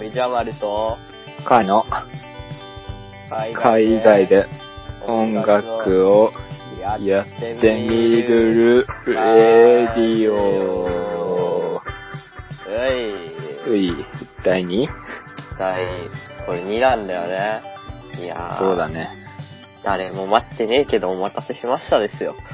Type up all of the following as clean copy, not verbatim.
メジャーマルと海の海外で音楽をやってみるレディオ。第 2？ これ2なんだよね。いやー。 そうだね。 誰も待ってねえけどお待たせしましたですよ。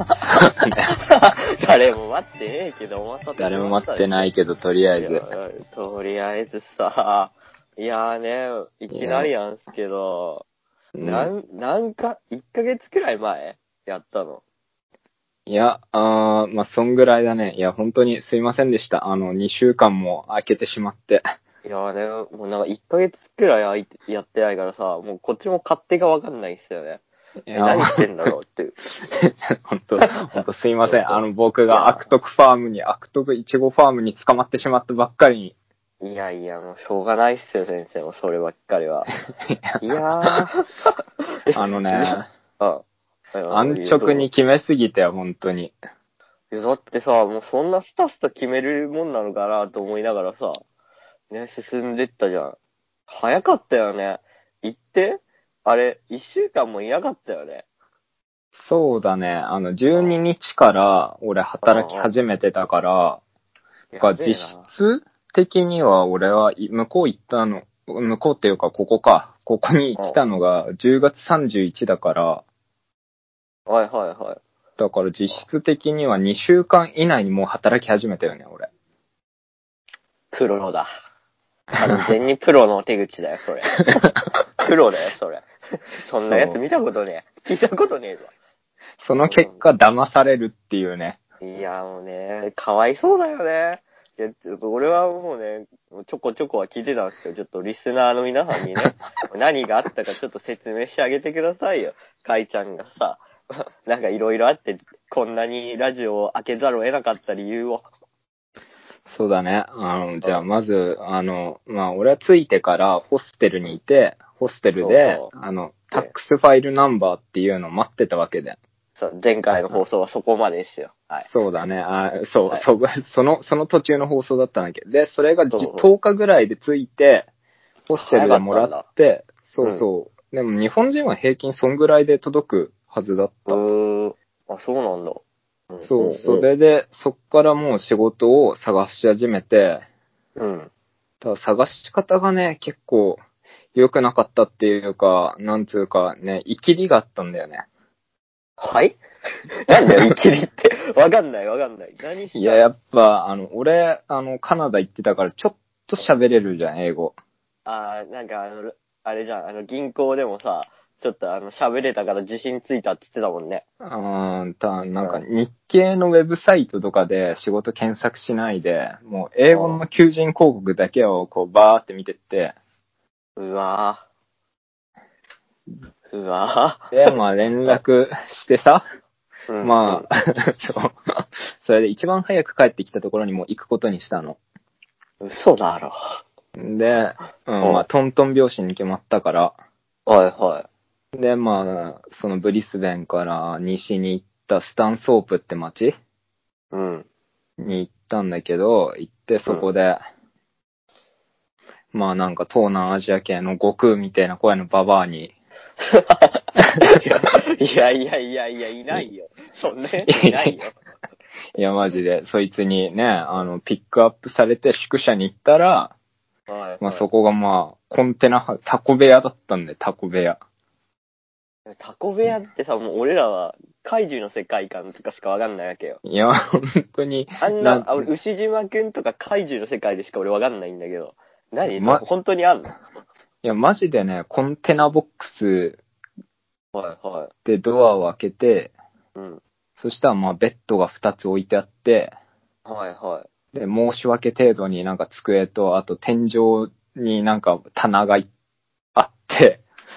誰も待ってねえけどお待たせしました。 誰も待ってないけどとりあえず。 とりあえずさ、いやーね、いきなりなんすけど、1ヶ月くらい前やったの。 いや、まあ、そんぐらいだね。いや、本当にすいませんでした。2週間も空けてしまって。 いやーね、もうなんか1ヶ月くらいやってないからさ、もうこっちも勝手がわかんないっすよね。何してんだろうっていう。 本当すいません。僕が悪徳いちごファームに捕まってしまったばっかりに。 いやいや、もうしょうがないっすよ、先生もそればっかりは。いやー。 安直に決めすぎてよ、本当に。 いや、だってさ、もうそんなスタスタ決めるもんなのかなと思いながらさ、ね、進んでったじゃん。早かったよね。行ってあれ、1週間もいなかったよね。 そうだね。12日から俺働き始めてたから、実質的には俺は向こう行ったの、向こうっていうかここに来たのが10月31だから、 はいはいはい。 だから実質的には2週間以内にもう働き始めたよね、俺。 プロだ。完全にプロの手口だよ、それ。プロだよ、それ。そんなやつ見たことねえ。聞いたことねえぞ。 その結果、騙されるっていうね。 いや、もうね、かわいそうだよね。いや、ちょっと俺はもうね、ちょこちょこは聞いてたんですけど、ちょっとリスナーの皆さんにね、何があったかちょっと説明してあげてくださいよ。かいちゃんがさ、なんかいろいろあって、こんなにラジオを開けざるを得なかった理由を。 そうだね。じゃあまず、まあ、俺は着いてからホステルにいて、ホステルで、タックスファイルナンバーっていうのを待ってたわけで。 そう、前回の放送はそこまでですよ。 はい。そうだね。そう、はい、その途中の放送だったんだけど。で、それが10日ぐらいで着いて、ホステルでもらって、そう。でも日本人は平均そんぐらいで届くはずだった。 あ、そうなんだ。 そう、それで、そっからもう仕事を探し始めて、ただ探し方がね、結構良くなかったっていうか、なんつうかね、イキリがあったんだよね。 はいなんだよ、イキリって。わかんない。何した？ いや、やっぱ、俺、カナダ行ってたから、ちょっと喋れるじゃん、英語。 なんかあれじゃん、銀行でもさ、ちょっと喋れたから自信ついたって言ってたもんね。 なんか日系のウェブサイトとかで仕事検索しないで、もう英語の求人広告だけをこうバーって見てって。 うわで、まあ連絡してさ、まあ、それで一番早く帰ってきたところにも行くことにしたの。 嘘だろ。 で、まあトントン拍子に決まったから。 はい。 で、まあ、そのブリスベンから西に行ったスタンソープって町に行ったんだけど、行ってそこで、まあなんか東南アジア系の悟空みたいな声のババアに。 いや、いないよ。そんなやついないよ。 いや、マジで、そいつにね、ピックアップされて宿舎に行ったら、まあそこがまあ、コンテナ、タコ部屋だったんで、タコ部屋。 タコ部屋ってさ、もう俺らは怪獣の世界観とかしかわかんないわけよ。 いや、本当に。 牛島くんとか怪獣の世界でしか俺わかんないんだけど。本当にあんの？いや、マジでね、コンテナボックスでドアを開けて、そしたらまあベッドが2つ置いてあって、で、申し訳程度になんか机と、あと天井になんか棚があって、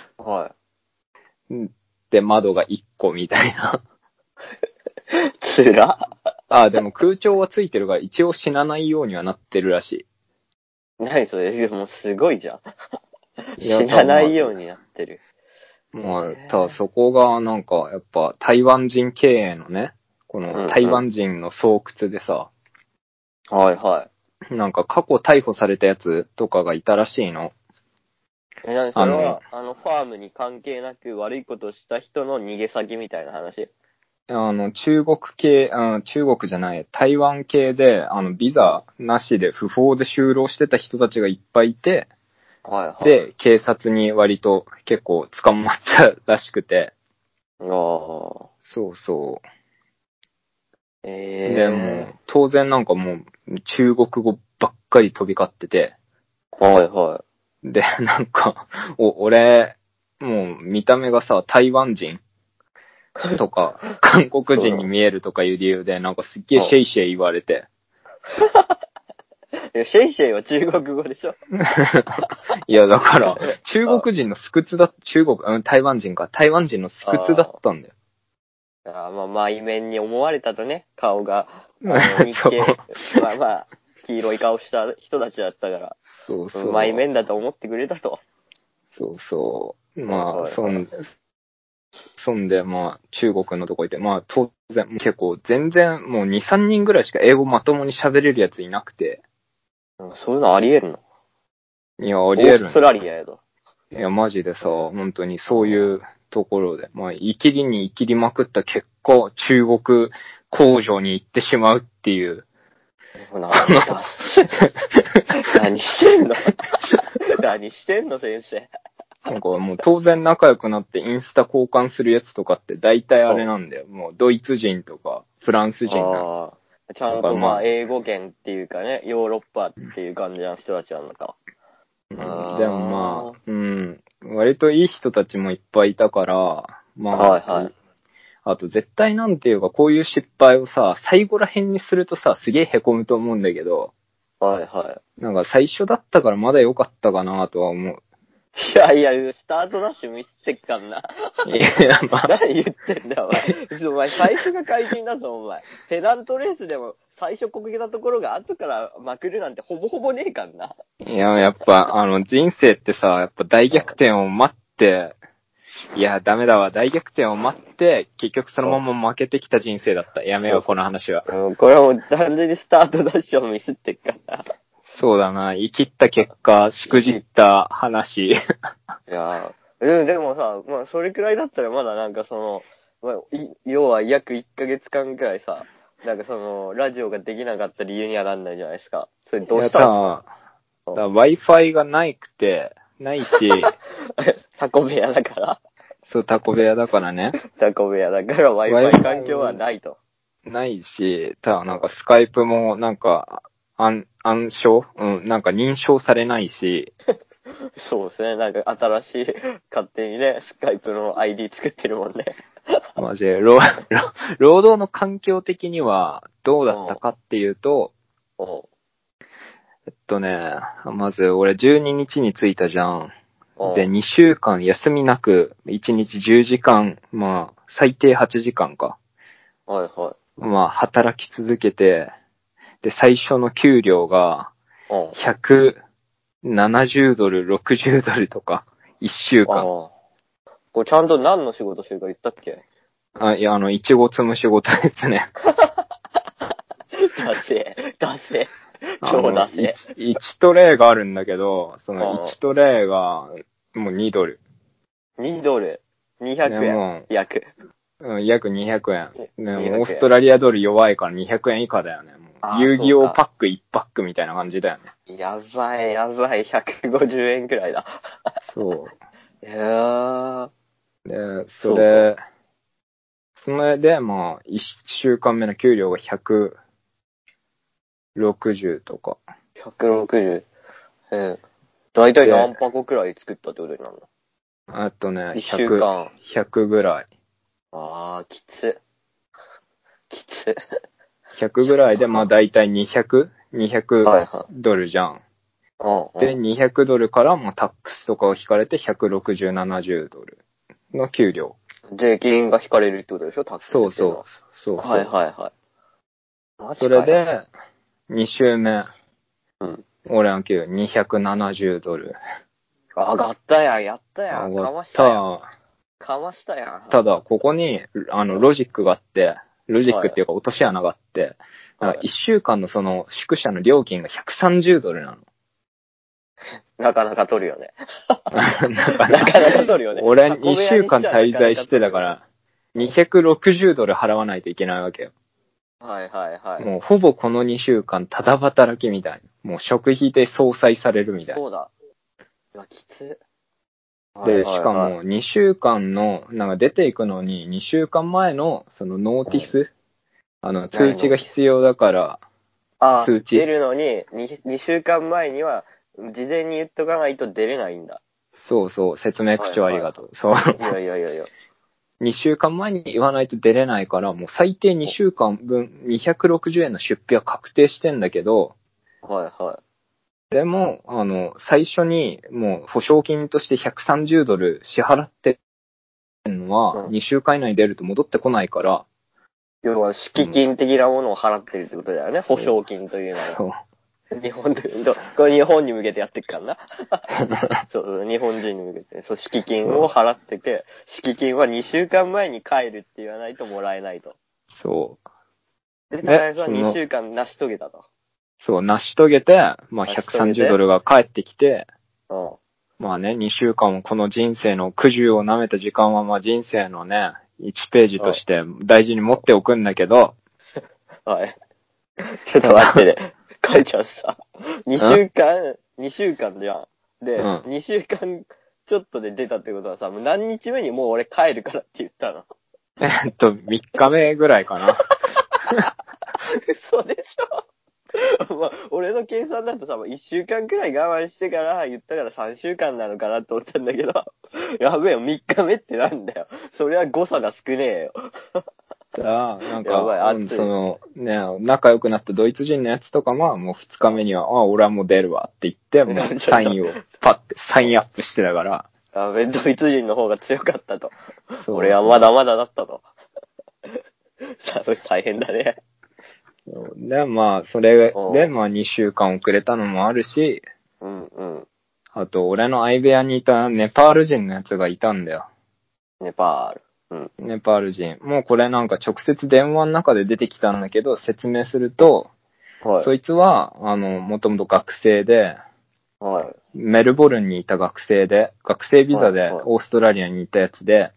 で、窓が1個みたいな。 つら。 でも空調はついてるから一応死なないようにはなってるらしい。 何それ？もうすごいじゃん。死なないようになってる。 まあ、ただそこがなんかやっぱ台湾人経営のね、この台湾人の巣窟でさ、 なんか過去逮捕されたやつとかがいたらしいの。 それは、ファームに関係なく悪いことをした人の逃げ先みたいな話？ 中国系、中国じゃない、台湾系で、ビザなしで不法で就労してた人たちがいっぱいいて、 はいはい。 で、警察に割と結構捕まったらしくて。そうそう。でも、当然なんかもう、中国語ばっかり飛び交ってて。 はいはい。 で、なんか、俺、もう見た目がさ、台湾人とか、韓国人に見えるとかいう理由で、なんかすっげえシェイシェイ言われて。 いや、シェイシェイは中国語でしょ？ いや、だから、中国人のスクツだ、台湾人か、台湾人のスクツだったんだよ。 内面に思われたとね、顔が、日系、黄色い顔した人たちだったから、 そうそう。 内面だと思ってくれたと。 そうそう。そんで、中国のとこいて、当然、結構、全然、もう2、3人ぐらいしか英語まともに喋れるやついなくて。 そういうのあり得るの？ いや、あり得る。 オーストラリアやと。 いや、マジでさ、本当にそういうところで、生きりに生きりまくった結果、中国工場に行ってしまうっていう。 何してんの何してんの先生。 なんかもう当然仲良くなってインスタ交換するやつとかって大体あれなんだよ。もうドイツ人とかフランス人な。 ちゃんと英語圏っていうかね、ヨーロッパっていう感じの人たちなのか。 でも割といい人たちもいっぱいいたから、あと絶対なんていうかこういう失敗をさ、最後ら辺にするとさ、すげえ凹むと思うんだけど、なんか最初だったからまだ良かったかなとは思う。 いやいや、スタートダッシュ見せてっかんな。いや、何言ってんだよ、お前最初が怪人だぞ、お前。ペナントレースでも最初こけたところが後からまくるなんてほぼほぼねえかんな。 いや、やっぱ、人生ってさ、やっぱ大逆転を待って、いや、ダメだわ、大逆転を待って、結局そのまま負けてきた人生だった。やめよう、この話は。 これはもう完全にスタートダッシュをミスってっから。 そうだな、生きった結果、しくじった話。いやでもさ、それくらいだったらまだなんか要は約1ヶ月間くらいさ、なんかラジオができなかった理由にはなんないじゃないですか。それどうしたの？ Wi-Fi がないし、 タコ部屋だからそう、タコ部屋だからね。 タコ部屋だから Wi-Fi 環境はないと。 ないし、なんかスカイプもなんか、暗証なんか認証されないし。 そうですね。なんか新しい、勝手にね、スカイプの ID 作ってるもんね。 マジで、労働の環境的にはどうだったかっていうと、まず俺12日に着いたじゃん。で、2週間休みなく、1日10時間、最低8時間か。働き続けて、で、最初の給料が、170ドル、60ドルとか、1週間。 これちゃんと何の仕事してるか言ったっけ？ いや、いちご積む仕事ですね。 ダセ。超ダセ。 1トレイがあるんだけど、その1トレイが、もう2ドル。 2ドル ?200 円。約。 約200円。オーストラリアドル弱いから200円以下だよね。遊戯王パック1パックみたいな感じだよね。 やばい、150円くらいだ。 そう。 いやで、それで、1週間目の給料が160とか。 160。だいたい何箱くらい作ったってことになるの？ 1週間。 100ぐらい。 きつ。 100ぐらいで、だいたい200ドルじゃん。で、200ドルからタックスとかを引かれて160、70ドルの給料。 税金が引かれるってことでしょ？タックス。そう。 それで、2週目。俺の給料270ドル。 上がったやん、やったやん。かましたやん。 ただ、ここに、ロジックがあって、ロジックっていうか落とし穴があって、 1週間のその宿舎の料金が$130なの。 なかなか取るよね。なかなか取るよね。 俺2週間滞在してたから、$260払わないといけないわけよ。 はいはいはい。 もうほぼこの2週間ただ働きみたい。もう食費で相殺されるみたい。 そうだ。うわ、きつ。 で、しかも2週間の、なんか出ていくのに2週間前のそのノーティス、通知が必要だから、 通知。出るのに2週間前には事前に言っとかないと出れないんだ。 そうそう、説明口調ありがとう。そう。 いやいやいやいや。 2週間前に言わないと出れないから、もう最低2週間分$260の出費は確定してんだけど、 はいはい。 でも、最初にもう保証金として$130支払ってるのは、2週間以内に出ると戻ってこないから、 要は、敷金的なものを払ってるってことだよね、保証金というのは。そう。日本で、これ日本に向けてやってっからな。そう、日本人に向けて。そう、敷金を払ってて、敷金は2週間前に帰るって言わないともらえないと。 そう。 で、高橋は2週間成し遂げたと。 そう、成し遂げて、まあ$130が返ってきて、まあね、2週間もこの人生の苦渋を舐めた時間は、まあ人生のね、1ページとして大事に持っておくんだけど、 はい。ちょっと待ってね。書いちゃうさ。2週間じゃん。で、2週間ちょっとで出たってことはさ、もう何日目にもう俺帰るからって言ったの。 3日目ぐらいかな。 嘘でしょ。まあ、俺の計算だとさ、1週間くらい我慢してから言ったから3週間なのかなと思ったんだけど、やべえよ、3日目ってなんだよ。それは誤差が少ねえよ。 なんか、仲良くなったドイツ人のやつとかは、もう2日目には、俺はもう出るわって言って、もうサインをパッてサインアップしてたから。 ドイツ人の方が強かったと。俺はまだまだだったと。大変だね。 で、まあ、それで、まあ2週間遅れたのもあるし、あと、俺の相部屋にいたネパール人のやつがいたんだよ。 ネパール。 ネパール人。もうこれなんか直接電話の中で出てきたんだけど、説明すると、そいつは、もともと学生で、メルボルンにいた学生で、学生ビザでオーストラリアにいたやつで、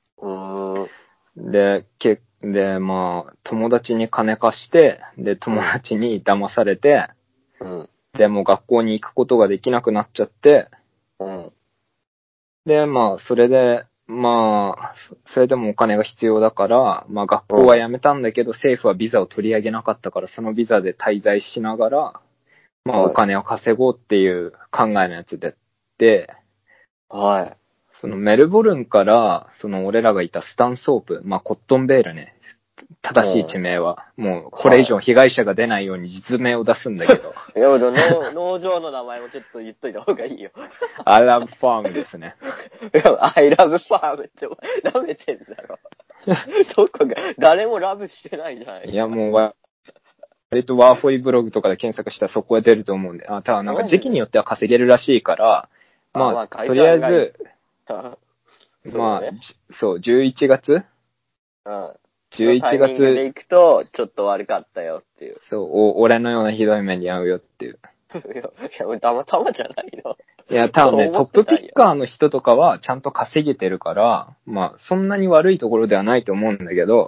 で、まあ、友達に金貸して、で、友達に騙されて、で、もう学校に行くことができなくなっちゃって、で、まあ、それでもお金が必要だから、まあ学校は辞めたんだけど、政府はビザを取り上げなかったから、そのビザで滞在しながら、まあお金を稼ごうっていう考えのやつで、そのメルボルンから、その俺らがいたスタンソープ、まあコットンベールね、正しい地名は、もうこれ以上被害者が出ないように実名を出すんだけど。 いや、農場の名前もちょっと言っといた方がいいよ。 I love farm ですね。 いや、I love farm って舐めてんだろ。どこが、誰もラブしてないじゃない。 いや、もう割とワーフォイブログとかで検索したらそこは出ると思うんで、ただなんか時期によっては稼げるらしいから、まあ、とりあえず、まあ、そう、11月 11月で行くと、ちょっと悪かったよっていう。 そう、俺のようなひどい目に遭うよっていう。 いや、たまたまじゃないの。 いや、多分ね、トップピッカーの人とかはちゃんと稼げてるから、まあ、そんなに悪いところではないと思うんだけど、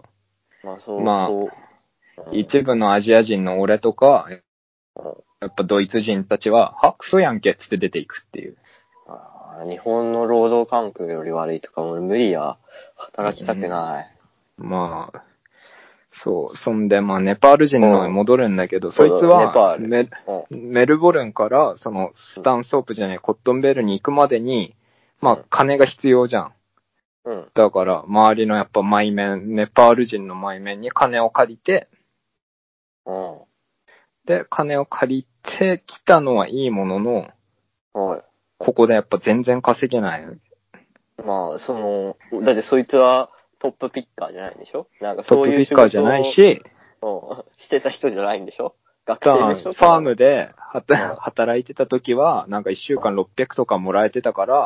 一部のアジア人の俺とか、やっぱドイツ人たちは、クソやんけっつって出ていくっていう。 日本の労働環境より悪いとか、俺無理や。働きたくない。 まあ、そう。そんで、まあ、ネパール人の方に戻るんだけど、そいつはメルボルンから、その、スタンソープじゃない、コットンベールに行くまでに、まあ、金が必要じゃん。だから、周りのやっぱネパール人の前面に金を借りて、で、金を借りてきたのはいいものの、ここでやっぱ全然稼げない。 まあ、だってそいつは、トップピッカーじゃないんでしょ？なんかそういうトップピッカーじゃないし、 してた人じゃないんでしょ？学生でしょ？ ファームで働いてた時は、なんか1週間600とかもらえてたから、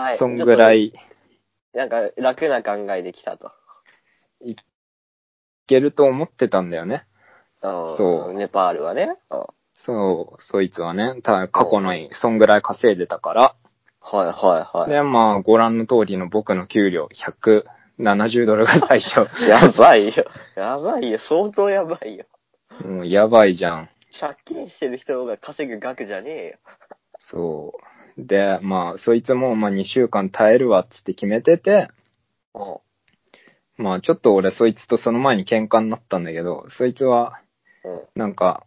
そんぐらい。 なんか楽な考えできたと。 いけると思ってたんだよね。 そう。 ネパールはね。 そう、そいつはね、過去のそんぐらい稼いでたから。 はいはいはい。 で、まあ、ご覧の通りの僕の給料170ドルが最初。 やばいよ。やばいよ。相当やばいよ。 もうやばいじゃん。 借金してる人が稼ぐ額じゃねえよ。 そう。で、まあ、そいつもまあ2週間耐えるわっつって決めてて、まあ、ちょっと俺そいつとその前に喧嘩になったんだけど、そいつは、なんか、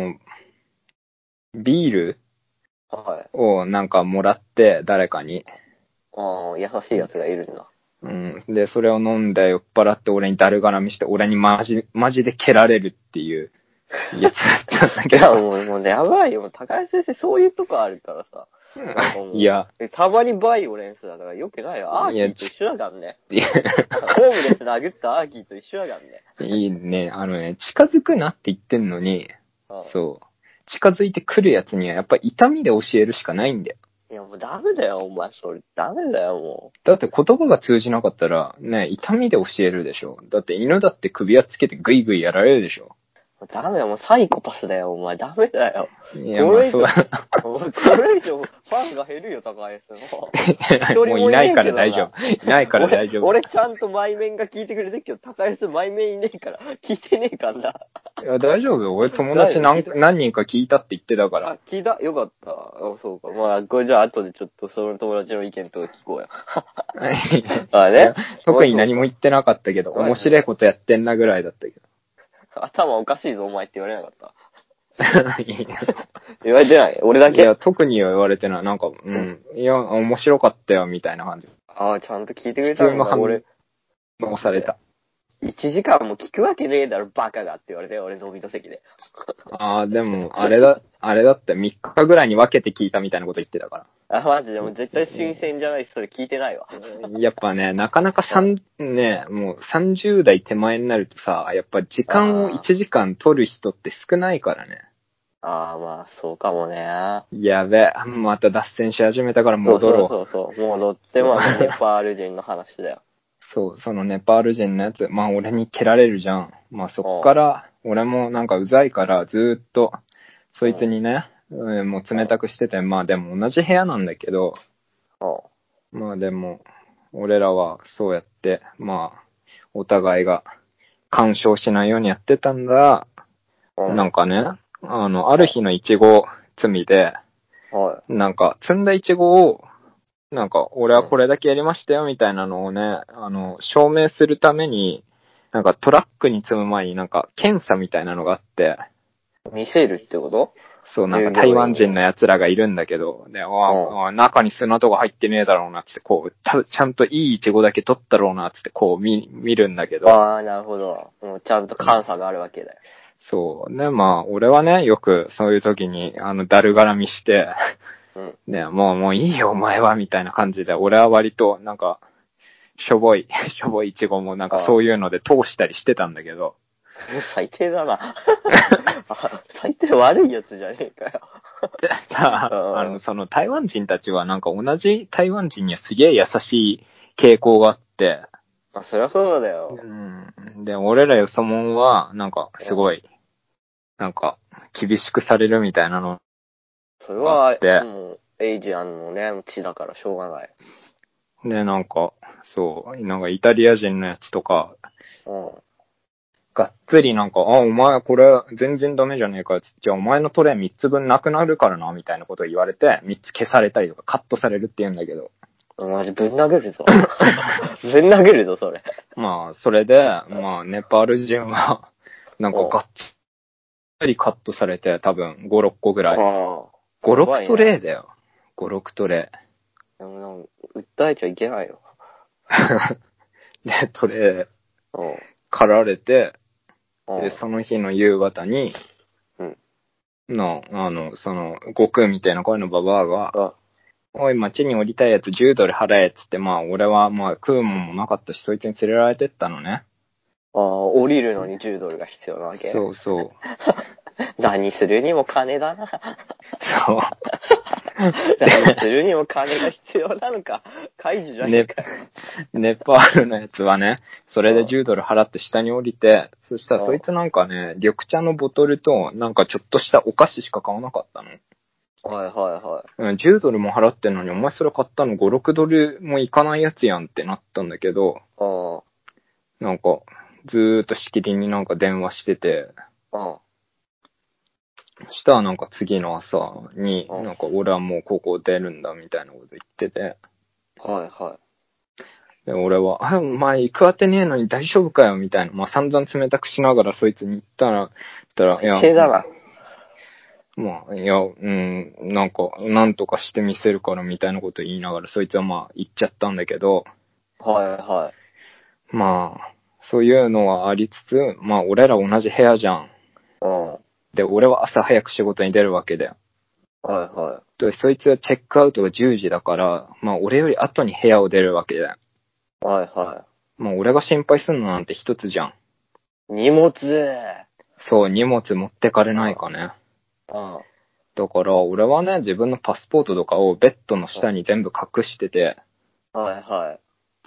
ビールをなんかもらって誰かに。 優しいやつがいるんだ。 うん。で、それを飲んで酔っ払って俺にだるがらみして、俺にマジで蹴られるっていうやつだったんだけど。 いや、もうやばいよ。高橋先生そういうとこあるからさ。 いや。 たまにバイオレンスだからよくないよ。アーキーと一緒だからね。ホームレス殴ったアーキーと一緒だからね。 いいね。近づくなって言ってんのに、そう。近づいてくるやつにはやっぱ痛みで教えるしかないんだよ。 いやもうダメだよ、お前。それダメだよ、もう。 だって言葉が通じなかったら、ね、痛みで教えるでしょ。だって犬だって首輪つけてグイグイやられるでしょ。 ダメだよ、もうサイコパスだよ、お前。ダメだよ。 いや、まあそうだ。 これ以上ファンが減るよ、高安の。 もういないから大丈夫。いないから大丈夫。 俺ちゃんと前面が聞いてくれてるけど、高安前面いねえから、聞いてねえからな。 いや、大丈夫よ。俺友達何人か聞いたって言ってたから。 あ、聞いたよかった。そうか。まあ、これじゃあ後でちょっとその友達の意見とか聞こうよ。あね。 特に何も言ってなかったけど、面白いことやってんなぐらいだったけど。 頭おかしいぞ、お前って言われなかった言われてない俺だけ。 いや、特に言われてない。なんか、いや、面白かったよ、みたいな感じ。 ああ、ちゃんと聞いてくれたんだ。 俺、残された。 1時間も聞くわけねえだろ、バカがって言われて、俺飲みの席で。 ああ、でも、あれだって3日ぐらいに分けて聞いたみたいなこと言ってたから。 あ、マジで、もう絶対新鮮じゃないし、それ聞いてないわ。 やっぱね、なかなかもう30代手前になるとさ、やっぱ時間を1時間取る人って少ないからね。 ああ、まあ、そうかもね。 やべえ、また脱線し始めたから戻ろう。 そう。もう乗ってもネパール人の話だよ。 そう、そのネパール人のやつ、まあ俺に蹴られるじゃん。まあそっから、俺もなんかうざいからずーっと、そいつにね、もう冷たくしてて、まあでも同じ部屋なんだけど、まあでも、俺らはそうやって、まあ、お互いが干渉しないようにやってたんだ。なんかね、ある日のイチゴ摘みで、なんか摘んだイチゴを、なんか、俺はこれだけやりましたよ、みたいなのをね、証明するために、なんかトラックに積む前になんか、検査みたいなのがあって。 見せるってこと？ そう、なんか台湾人の奴らがいるんだけど、で、中に砂とか入ってねえだろうな、つって、こう、ちゃんといいイチゴだけ取ったろうな、つって、こう見るんだけど。 ああ、なるほど。もうちゃんと監査があるわけだよ。 そう。ね、まあ、俺はね、よくそういう時に、だるがらみして、ね、もういいよ、お前は、みたいな感じで、俺は割と、なんか、しょぼいイチゴもなんかそういうので通したりしてたんだけど。 最低だな。最低悪いやつじゃねえかよ。 その台湾人たちはなんか同じ台湾人にはすげえ優しい傾向があって。 あ、そりゃそうだよ。 で、俺らよそもんは、なんかすごい、なんか厳しくされるみたいなの。 それは、もう、エイジアンのね、血だからしょうがない。 で、なんか、そう、なんかイタリア人のやつとか、がっつりなんか、お前これ全然ダメじゃねえかよ。じゃあお前のトレイ3つ分なくなるからな、みたいなことを言われて、3つ消されたりとかカットされるって言うんだけど。 マジぶん殴るぞ。ぶん殴るぞ、それ。 まあ、それで、まあ、ネパール人は、なんかがっつりカットされて、多分5、6個ぐらい。5、6トレイだよ。5、6トレイ。 でも訴えちゃいけないよ。 で、トレイ、刈られて、で、その日の夕方に、その、悟空みたいな声のババアが、おい、街に降りたいやつ10ドル払えっつって、まあ、俺はまあ、食うもんもなかったし、そいつに連れられてったのね。 降りるのに10ドルが必要なわけ。 そう。 何するにも金だな。 そう。 何するにも金が必要なのか。解除じゃねえか。 ネパールのやつはね、それで10ドル払って下に降りて、そしたらそいつなんかね、緑茶のボトルと、なんかちょっとしたお菓子しか買わなかったの。 はいはいはい。 10ドルも払ってんのに、お前それ買ったの5、6ドルもいかないやつやんってなったんだけど、なんか、ずーっとしきりになんか電話してて、そしたらなんか次の朝に、なんか俺はもうここ出るんだみたいなこと言ってて、 はいはい。 で、俺は、お前行くあてねえのに大丈夫かよみたいな、まあ散々冷たくしながらそいつに言ったら、いや、まあ、いや、なんか、なんとかしてみせるからみたいなこと言いながら、そいつはまあ言っちゃったんだけど、 はいはい。 まあ、そういうのはありつつ、まあ俺ら同じ部屋じゃん。で、俺は朝早く仕事に出るわけだよ。 はいはい。 で、そいつはチェックアウトが10時だから、まあ俺より後に部屋を出るわけだよ。 はいはい。 まあ俺が心配するのなんて一つじゃん。 荷物。 そう、荷物持ってかれないかね。だから俺はね、自分のパスポートとかをベッドの下に全部隠してて、 はいはい。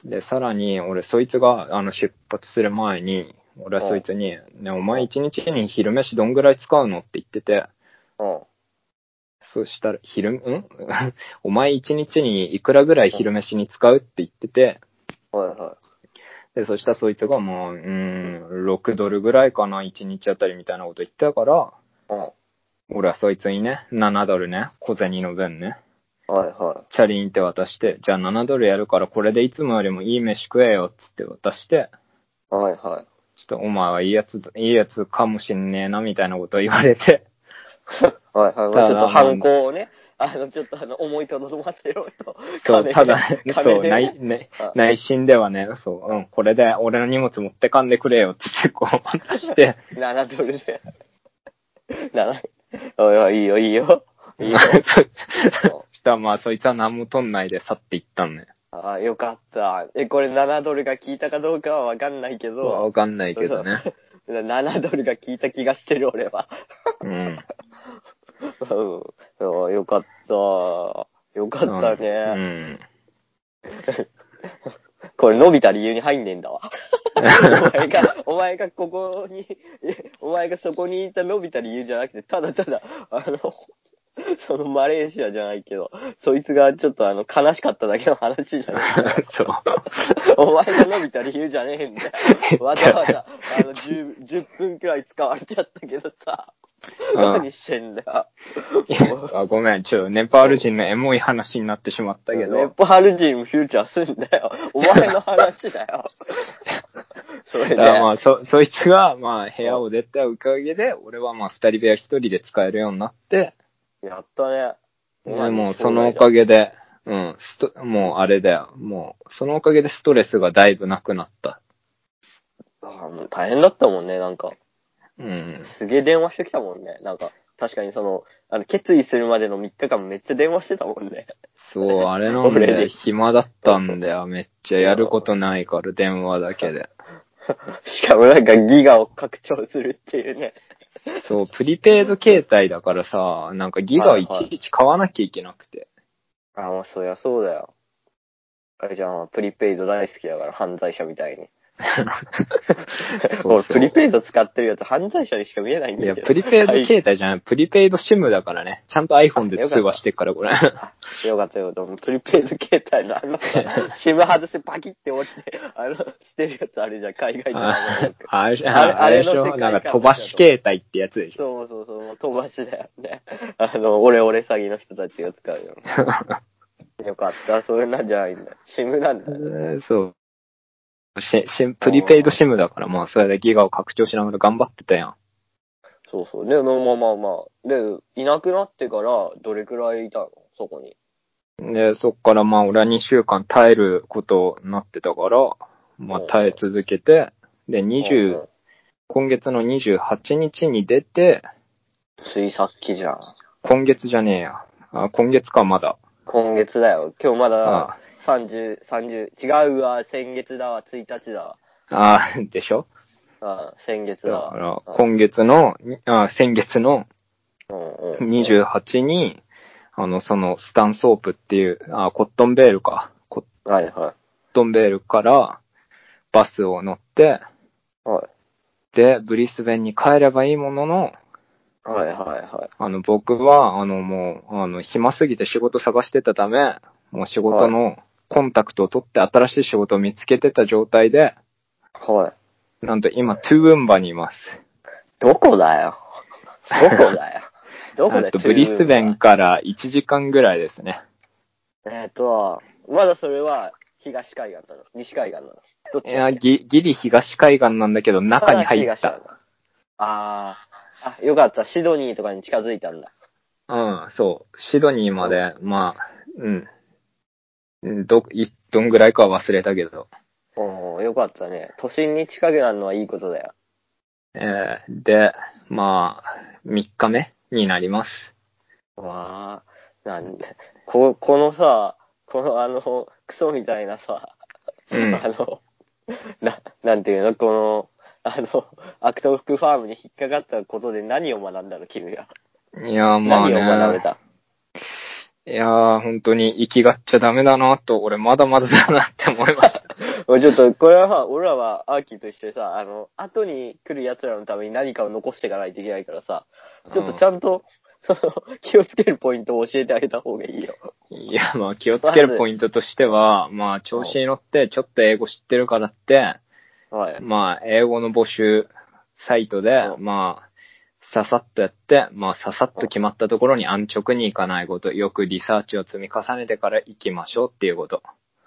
で、さらに俺そいつが出発する前に、俺はそいつに、ね、お前一日に昼飯どんぐらい使うのって言ってて、そしたら、お前一日にいくらぐらい昼飯に使うって言ってて、 はいはい。 で、そしたらそいつがもう、6ドルぐらいかな、一日あたりみたいなこと言ってたから、俺はそいつにね、7ドルね、小銭の分ね、 はいはい。 チャリンって渡して、じゃあ7ドルやるからこれでいつもよりもいい飯食えよっつって渡して、 はいはい。 ちょっとお前はいいやつかもしんねえなみたいなことを言われて、 はいはい。ちょっと犯行をね、ちょっと思いとどませろと。 そう、ただ、そう、内心ではね、そう、これで俺の荷物持ってかんでくれよって結構渡して。 7ドルで。おい、いいよ、いいよ。いいよ。 そしたらまあ、そいつは何も取んないで去っていったんね。 ああ、よかった。これ7ドルが効いたかどうかはわかんないけど。 わかんないけどね。 7ドルが効いた気がしてる、俺は。よかった。よかったね。これ伸びた理由に入んねえんだわ。お前がここに、お前がそこにいた伸びた理由じゃなくて、ただただ、そのマレーシアじゃないけど、そいつがちょっと悲しかっただけの話じゃない。そう。お前が伸びた理由じゃねえんだよ。わざわざ、10分くらい使われちゃったけどさ。何してんだよ。 ごめん、ネパール人のエモい話になってしまったけど。 ネパール人もフューチャーすんだよ。お前の話だよ。それで。 まあ、そいつが、まあ、部屋を出たおかげで、俺はまあ、二人部屋一人で使えるようになって、 やったね。 もうそのおかげで、もうあれだよ。もう、そのおかげでストレスがだいぶなくなった。 もう大変だったもんね、なんか。すげえ電話してきたもんね。なんか、確かに決意するまでの3日間めっちゃ電話してたもんね。 そう、あれなんで暇だったんだよ。めっちゃやることないから、電話だけで。 しかもなんかギガを拡張するっていうね。 そう、プリペイド携帯だからさ、なんかギガをいちいち買わなきゃいけなくて。 まあそりゃそうだよ。あれじゃん、プリペイド大好きだから、犯罪者みたいに。俺、プリペイド使ってるやつ犯罪者にしか見えないんだけど。 いや、プリペイド携帯じゃない、プリペイドシムだからね。ちゃんと iPhone で通話してっから、これ。 よかったよ。プリペイド携帯のシム外してパキって折って、捨てるやつあれじゃん、海外で。 あれでしょ、なんか飛ばし携帯ってやつでしょ。そう、飛ばしだよね。オレ詐欺の人たちが使うよ。よかった、それなんじゃないんだ。シムなんだ。 そう。プリペイドシムだから、まあ、それでギガを拡張しながら頑張ってたやん。 そう。で、まあ。で、いなくなってから、どれくらいいたのそこに。 で、そっからまあ、俺は2週間耐えることになってたから、まあ、耐え続けて、で、今月の28日に出て、 ついさっきじゃん。 今月じゃねえや。今月か、まだ。 今月だよ。今日まだ、30、違うわ、先月だわ、1日だわ。 でしょ？ 先月だわ。 だから、先月の28に、 そのスタンソープっていう、コットンベールか。 はいはい。 コットンベールからバスを乗って、 はい。 で、ブリスベンに帰ればいいものの、 はいはいはい。 僕は、もう、暇すぎて仕事探してたため、もう仕事のコンタクトを取って新しい仕事を見つけてた状態で、 はい。 なんと今、トゥーウンバにいます。 どこだよ。どこだよ。どこだよ。 ブリスベンから1時間ぐらいですね。 まだそれは東海岸なの？西海岸なの？どっち？ いや、ギリ東海岸なんだけど、中に入った。 よかった。シドニーとかに近づいたんだ。 うん、そう。シドニーまで、まあ、どんぐらいかは忘れたけど。 よかったね。都心に近くなるのはいいことだよ。 で、まあ、3日目になります。 わあ、なんで、このさ、クソみたいなさ、なんていうの、アクトフクファームに引っかかったことで何を学んだの、君は。 いや、まあね。 何を学べた？ いやー、本当に生きがっちゃダメだなと、俺まだまだだなって思いました。 ちょっと、これはさ、俺らはアーキーとしてさ、後に来る奴らのために何かを残していかないといけないからさ、ちょっとちゃんと、気をつけるポイントを教えてあげた方がいいよ。 いや、まあ気をつけるポイントとしては、まあ調子に乗ってちょっと英語知ってるからって、まあ英語の募集サイトで、まあ、ささっとやって、まあささっと決まったところに安直に行かないこと、よくリサーチを積み重ねてから行きましょうっていうこと。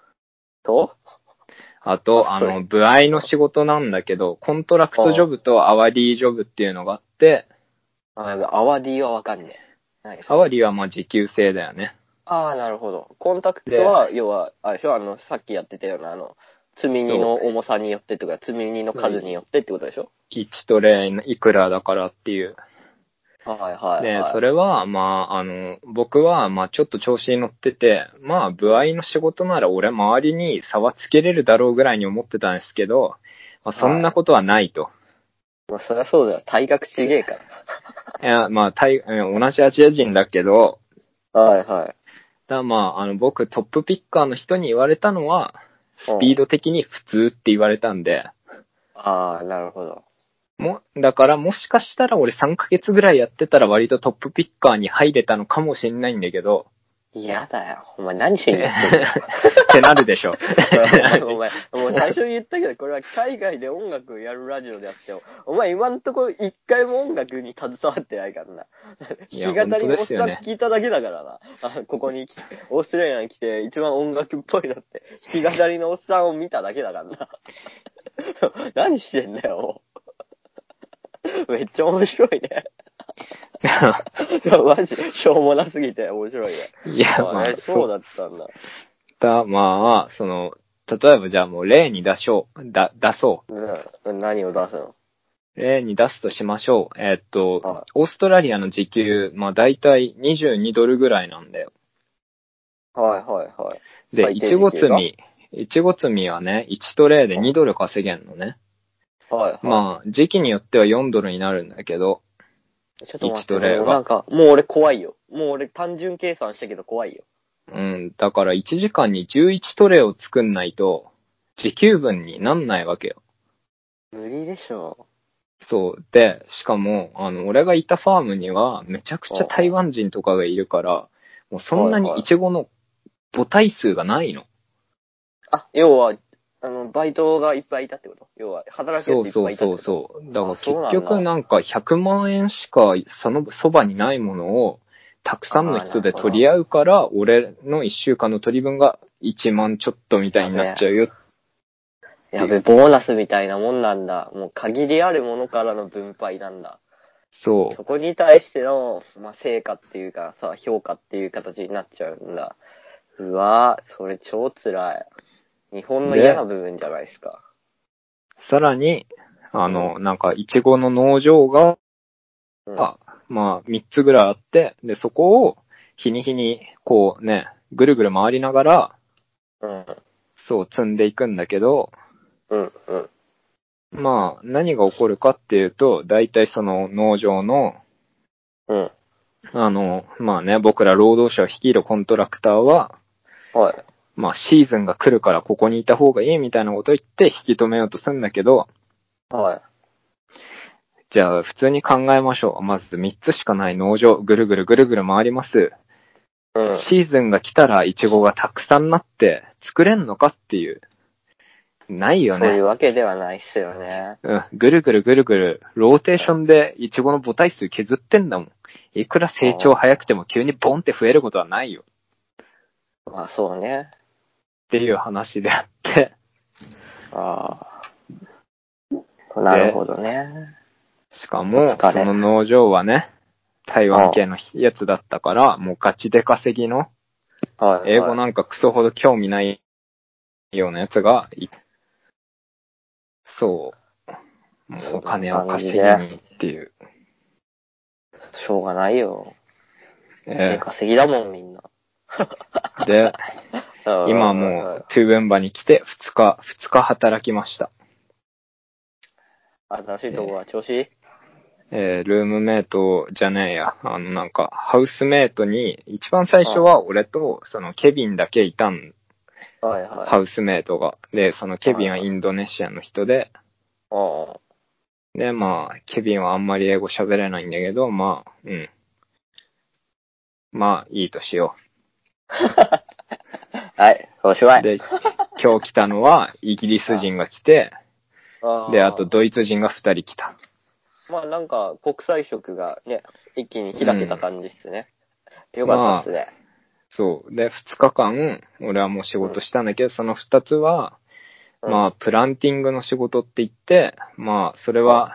あと、部合の仕事なんだけど、コントラクトジョブとアワディジョブっていうのがあって、 アワディはわかんねえ。アワディはまあ時給制だよね。 なるほど。コンタクトは、要は、あれでしょ、さっきやってたような、積み荷の重さによってとか、積み荷の数によってってことでしょ？ 1 トレイいくらだからっていう。で、それは、まあ、僕は、まあ、ちょっと調子に乗ってて、まあ、部合の仕事なら俺周りに差はつけれるだろうぐらいに思ってたんですけど、まあ、そんなことはないと。 まあ、そりゃそうだよ。体格ちげえから。 いや、まあ、同じアジア人だけど、まあ、僕トップピッカーの人に言われたのは、スピード的に普通って言われたんで。 なるほど。 だからもしかしたら俺3ヶ月ぐらいやってたら割とトップピッカーに入れたのかもしれないんだけど。 嫌だよ。お前何しにやってんのってなるでしょ。 お前、もう最初に言ったけど、これは海外で音楽やるラジオであっても、お前今んところ一回も音楽に携わってないからな。弾き語りのおっさん聞いただけだからな。ここに来て、オーストラリアに来て一番音楽っぽいのって、弾き語りのおっさんを見ただけだからな。何してんだよ。めっちゃ面白いね。マジ、しょうもなすぎて面白いね。 いや、まあ、 そうだったんだ。 まあ、例えばじゃあもう例に出そう。 何を出すの？ 例に出すとしましょう。オーストラリアの時給、まあ大体22ドルぐらいなんだよ。で、いちご積みはね、1トレイで2ドル稼げんのね。まあ、時期によっては4ドルになるんだけど、 ちょっと待って、1トレイは。なんか、もう俺怖いよ。もう俺単純計算したけど怖いよ。 だから1時間に11トレイを作んないと、時給分になんないわけよ。 無理でしょ。 そう。で、しかも、俺がいたファームには、めちゃくちゃ台湾人とかがいるから、もうそんなにイチゴの母体数がないの。 要は、バイトがいっぱいいたってこと？要は、働くやついっぱいいたってこと？ そう。だから結局なんか100万円しかそのそばにないものを、たくさんの人で取り合うから、俺の1週間の取り分が1万ちょっとみたいになっちゃうよ。 やべ、ボーナスみたいなもんなんだ。もう限りあるものからの分配なんだ。 そう。 そこに対しての、まあ、成果っていうかさ、評価っていう形になっちゃうんだ。うわぁ、それ超辛い。日本の嫌な部分じゃないですか。 さらに、なんか、イチゴの農場が、まあ、3つぐらいあって、で、そこを、日に日に、こうね、ぐるぐる回りながら、そう、積んでいくんだけど、まあ、何が起こるかっていうと、大体その農場の、 まあね、僕ら労働者を率いるコントラクターは、 はい。 まあシーズンが来るからここにいた方がいいみたいなことを言って引き止めようとするんだけど、 はい。 じゃあ普通に考えましょう。まず3つしかない農場、ぐるぐるぐるぐる回ります。 うん。 シーズンが来たらイチゴがたくさんなって作れんのかっていう。ないよね。 そういうわけではないっすよね。 うん。ぐるぐるぐるぐる、ローテーションでイチゴの母体数削ってんだもん。いくら成長早くても急にボンって増えることはないよ。 まあそうね。 っていう話であって。 ああ。なるほどね。 しかも、その農場はね、台湾系のやつだったから、もうガチで稼ぎの、英語なんかクソほど興味ないようなやつがそう。もうお金を稼ぎにっていう。 しょうがないよ。稼ぎだもん、みんな。 で、今もう、トゥーブンバに来て2日働きました。 新しいとこは調子いい？ ルームメイトじゃねえや。なんか、ハウスメイトに、一番最初は俺と、そのケビンだけいたん。 はいはい。 ハウスメイトが。で、そのケビンはインドネシアの人で、で、まあ、ケビンはあんまり英語喋れないんだけど、まあ、うん。まあ、いいとしよう。はい、おしまい。 で、今日来たのは、イギリス人が来て、で、あとドイツ人が2人来た。 まあなんか、国際色がね、一気に開けた感じっすね。よかったっすね。まあ、 そう。で、2日間、俺はもう仕事したんだけど、その2つは、まあ、プランティングの仕事って言って、まあ、それは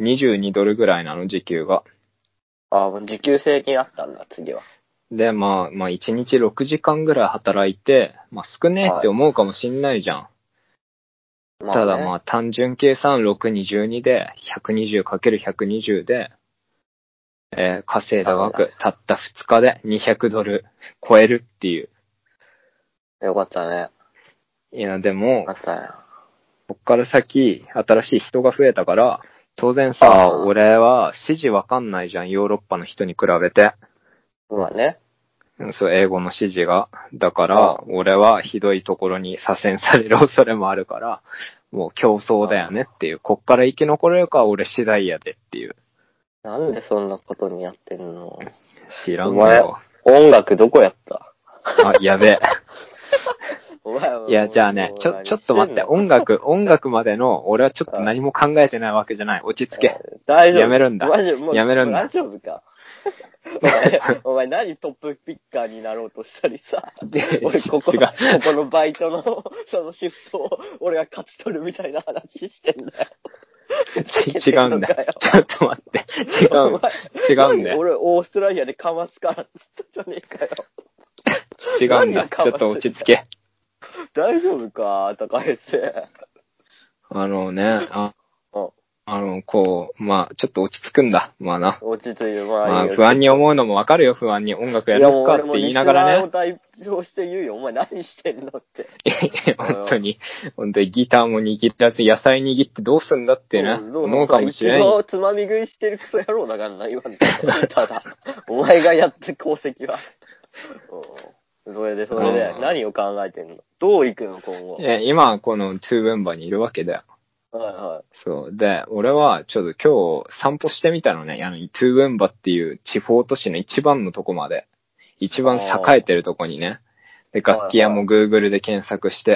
22ドルぐらいなの、時給が。 ああ、時給制になったんだ、次は。 で、まあ、1日6時間ぐらい働いて、まあ、少ねえって思うかもしんないじゃん。ただまあ、単純計算622で、120×120 で、稼いだ額、たった2日で200ドル超えるっていう。 よかったね。 いや、でも、 よかったよ。 こっから先、新しい人が増えたから、当然さ、俺は指示わかんないじゃん、ヨーロッパの人に比べて。 まあね。 そう、英語の指示が。だから、俺はひどいところに左遷される恐れもあるから、もう競争だよねっていう。こっから生き残れるかは俺次第やでっていう。 なんでそんなことにやってんの？ 知らんのよ。 音楽どこやった？ あ、やべえ。いや、じゃあね、ちょっと待って、音楽までの、俺はちょっと何も考えてないわけじゃない。落ち着け。 大丈夫。 やめるんだ。やめるんだ。 大丈夫か。お前何トップピッカーになろうとしたりさ。俺ここのバイトの、そのシフトを俺が勝ち取るみたいな話してんだよ。 違うんだよ。ちょっと待って。違うんだよ。 俺オーストラリアでかますからって言ったじゃねえかよ。 違うんだ。ちょっと落ち着け。 大丈夫か、高橋先まあ、ちょっと落ち着くんだ。まあな。 落ち着いて、 まあ、不安に思うのもわかるよ、不安に。音楽やるかって言いながらね。 いや、もう俺も代表して言うよ。お前何してんのって。 本当にギターも握らず、野菜握ってどうすんだってね。思うかもしれない。 うちのつまみ食いしてるクソ野郎だからな、言わんと。ただ、お前がやって功績は。それで、何を考えてんの？どう行くの、今後。 今、このトゥーブンバにいるわけだよ。 はいはい。 そう。で、俺はちょっと今日散歩してみたのね。トゥーブンバっていう地方都市の一番のとこまで。一番栄えてるとこにね。で、楽器屋も Google で検索して。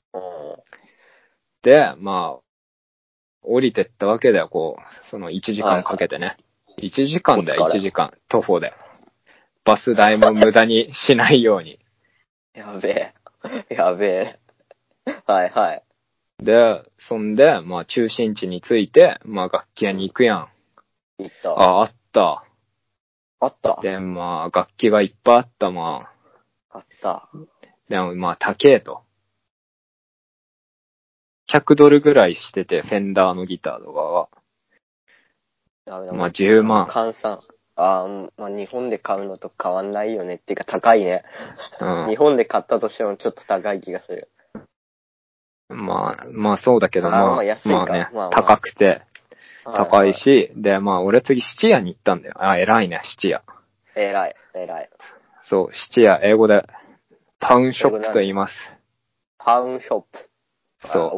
で、まあ、降りてったわけだよ、その1時間かけてね。1時間だよ、1時間。徒歩で。バス代も無駄にしないように。 やべえ。はいはい。 で、そんで、まあ中心地に着いて、まあ楽器屋に行くやん。 行った。 あった。 あった。 で、まあ楽器がいっぱいあった、まあ。あった。 でもまあ高えと。100ドルぐらいしてて、フェンダーのギターとかは。まあ10万。 換算。まあ日本で買うのと変わんないよねっていうか高いね。日本で買ったとしてもちょっと高い気がする。 まあそうだけど、まあね、高くて、高いし、で、まあ俺次質屋に行ったんだよ。偉いね、質屋。 偉い、偉い。 そう、質屋、英語で、パウンショップと言います。 パウンショップ。 そう、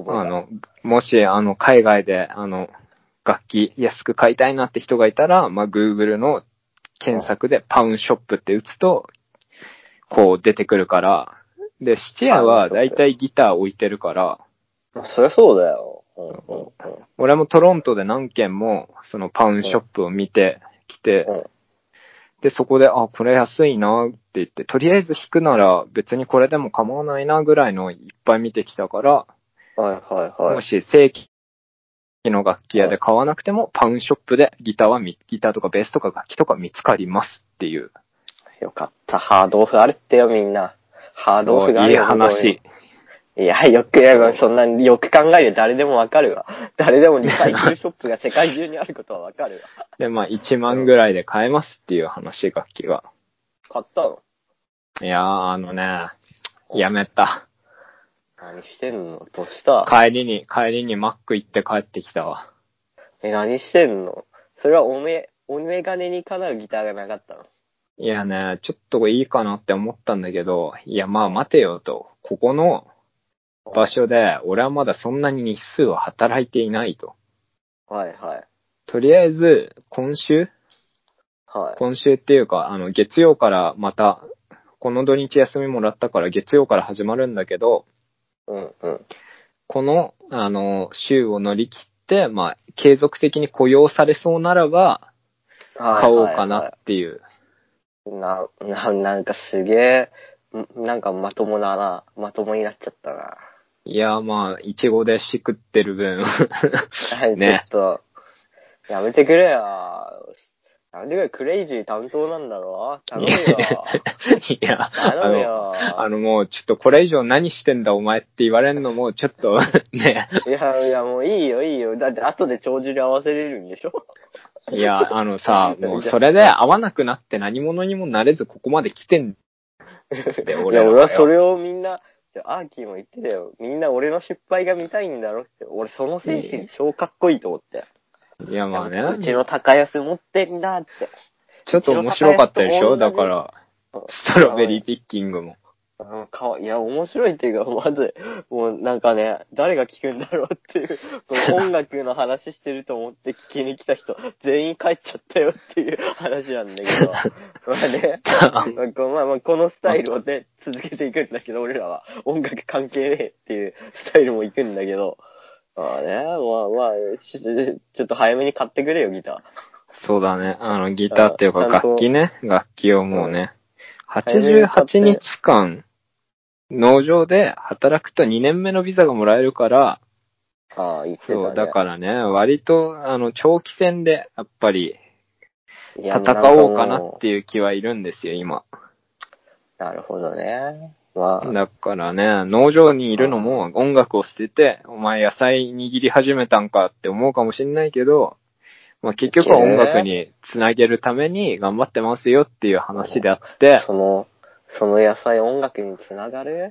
もし、海外で、楽器安く買いたいなって人がいたら、まあ、Google の検索でパウンショップって打つと、こう出てくるから、で、質屋はだいたいギター置いてるから、 そりゃそうだよ。 俺もトロントで何軒も、そのパウンショップを見てきて、で、そこで、あ、これ安いなって言って、とりあえず弾くなら別にこれでも構わないなぐらいのいっぱい見てきたから、もし正規の楽器屋で買わなくても、パウンショップでギターとかベースとか楽器とか見つかりますっていう。 よかった。ハードオフあるってよ、みんな。ハードオフがあるよ。 いい話。 いや、そんなよく考えるよ。誰でもわかるわ。誰でもリサイクルショップが世界中にあることはわかるわ。 で、まあ、1万ぐらいで買えますっていう話、楽器が。 買ったの？ いやー、やめた。 何してんの？どうした？ 帰りにマック行って帰ってきたわ。 何してんの？それはおめ金にかなうギターがなかったの？ いやね、ちょっといいかなって思ったんだけど、いやまあ待てよと。ここの場所で、俺はまだそんなに日数は働いていないと。 はいはい。 とりあえず、今週っていうか、月曜からまた、この土日休みもらったから月曜から始まるんだけど、この、週を乗り切って、まあ、継続的に雇用されそうならば、買おうかなっていう。 なんかすげえ、なんかまともになっちゃったな。 いや、まあ、いちごでしくってる分。 ね。ちょっと、やめてくれよ。なんでくれ、クレイジー担当なんだろ？頼むよ。 いや、 頼むよ。 もうちょっとこれ以上何してんだお前って言われるのもちょっとね。 いや、もういいよ。だって後で帳尻合わせれるんでしょ？ いや、さ、もうそれで合わなくなって何者にもなれずここまで来てんで、俺はそれをみんな、アーキーも言ってたよ。みんな俺の失敗が見たいんだろって。俺その精神超かっこいいと思って。 いや、まあね。 うちの高安持ってんだって。 ちょっと面白かったでしょ？だから、ストロベリーピッキングも。 いや、面白いっていうか、まず、もうなんかね、誰が聞くんだろうっていう、この音楽の話してると思って聞きに来た人、全員帰っちゃったよっていう話なんだけど、まあね、このスタイルをね、続けていくんだけど、俺らは音楽関係ねえっていうスタイルも行くんだけど、まあね、ちょっと早めに買ってくれよ、ギター。 そうだね、ギターっていうか楽器をもうね、88日間、農場で働くと2年目のビザがもらえるから、 言ってたね。 そう、だからね、割と、長期戦で、やっぱり、戦おうかなっていう気はいるんですよ、今。 なるほどね。 だからね、農場にいるのも音楽を捨てて、お前野菜握り始めたんかって思うかもしんないけど、まあ、結局は音楽につなげるために頑張ってますよっていう話であって、 その野菜音楽につながる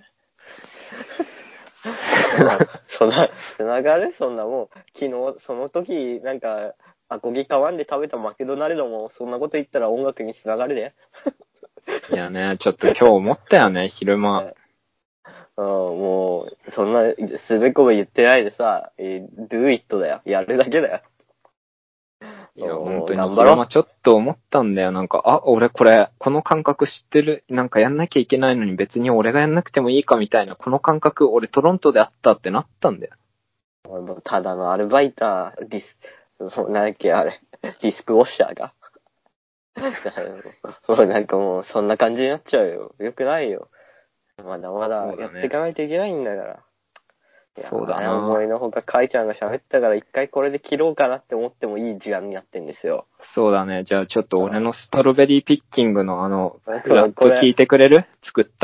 つながるそんなもん。昨日、その時、なんか、アコギ買わんで食べたマクドナルドも、そんなこと言ったら音楽につながるで。 いやね、ちょっと今日思ったよね、昼間。 もう、そんな、すべこべ言ってないでさ、do it だよ。やるだけだよ。 いや、本当に昼間ちょっと思ったんだよ。なんか、俺この感覚知ってる。なんかやんなきゃいけないのに別に俺がやんなくてもいいかみたいな、この感覚、俺トロントであったってなったんだよ。 ただのアルバイター、なんだっけ、あれ、ディスクウォッシャーが。もうなんかもう、そんな感じになっちゃうよ。よくないよ。まだまだやっていかないといけないんだから。 そうだな。 思いのほか、カイちゃんが喋ったから一回これで切ろうかなって思ってもいい時間になってんですよ。 そうだね。じゃあちょっと俺のストロベリーピッキングのラップ聞いてくれる？作った。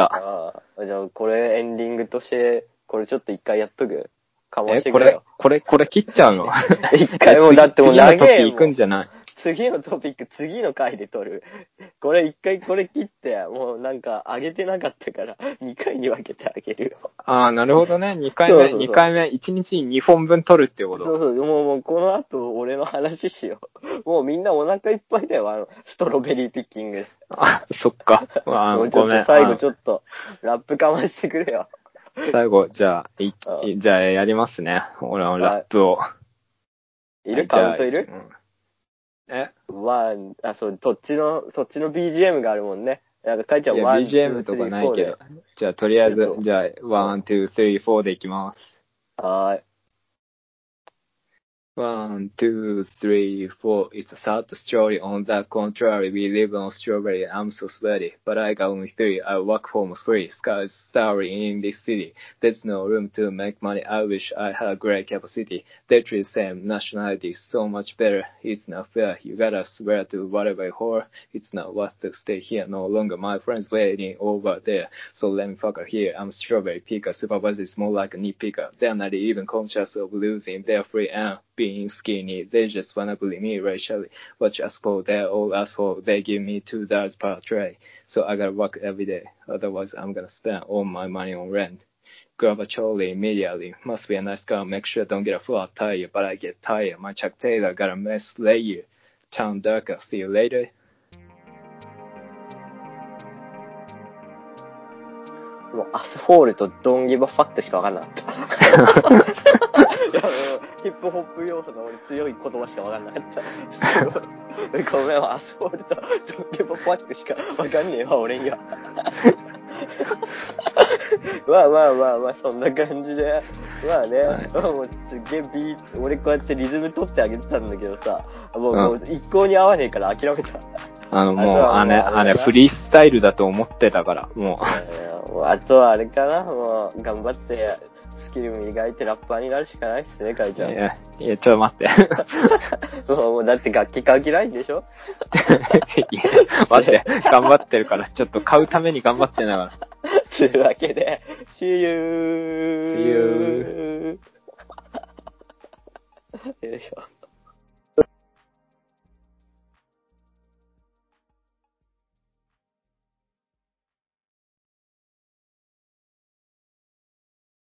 じゃあこれエンディングとして、これちょっと一回やっとく？かましてくれよ。 これ切っちゃうの？ 一回もだってもう長いもん。 次の時行くんじゃない？ 次のトピック、次の回で撮る。これ一回これ切って、もうなんか上げてなかったから、2回に分けてあげるよ。 ああ、なるほどね。2回目、2回目、1日に2本分撮るってこと。 そうそう、もうこの後俺の話しよう。もうみんなお腹いっぱいだよ、ストロベリーピッキング。 あ、そっか。 もうちょっと最後ちょっと、ラップかましてくれよ。 最後、じゃあやりますね。俺のラップを。 いる？カウントいる？そう、そっちの BGM があるもんね。なんか、かいちゃんはBGM とかないけど。じゃあ、とりあえず、じゃあ、1、2、3、4でいきます。 はーい。 1, 2, 3, 4. It's a sad story. On the contrary, we live on strawberry. I'm so sweaty, but I got only 3. I work home free. Sky's starry in this city. There's no room to make money. I wish I had great capacity. They treat same nationality so much better. It's not fair. You gotta swear to whatever you whore. It's not worth to stay here no longer. My friend's waiting over there. So let me fuck her here. I'm strawberry picker. Supervisor is more like a nitpicker. They're not even conscious of losing. They're free and being skinny. They just wanna bully me racially. Watch us go, they're all asshole. They give me $2 per tray. So I gotta work every day. Otherwise I'm gonna spend all my money on rent. Grab a trolley immediately. Must be a nice car. Make sure don't get a flat tire. But I get tired. My Chuck Taylor got a mess layer. Town darker. See you later. もうアスフォールとドンギバファックしかわかんなかった。いや、ヒップホップ要素が俺強い言葉しかわかんなかった。ごめん、アスフォールとドンギバファックしかわかんねえわ、俺には。まあ、そんな感じで。まあね、もうすっげえ俺こうやってリズム取ってあげてたんだけどさ、もう一向に合わねえから諦めた。 もう、フリースタイルだと思ってたから、もう。あとはあれかな、もう、頑張って、スキル磨いてラッパーになるしかないっすね、かいちゃん。 いや、ちょっと待って。 もう、だって楽器買う気ないんでしょ？ いや、待って、頑張ってるから、ちょっと買うために頑張ってんだから。 というわけで、See you! よいしょ。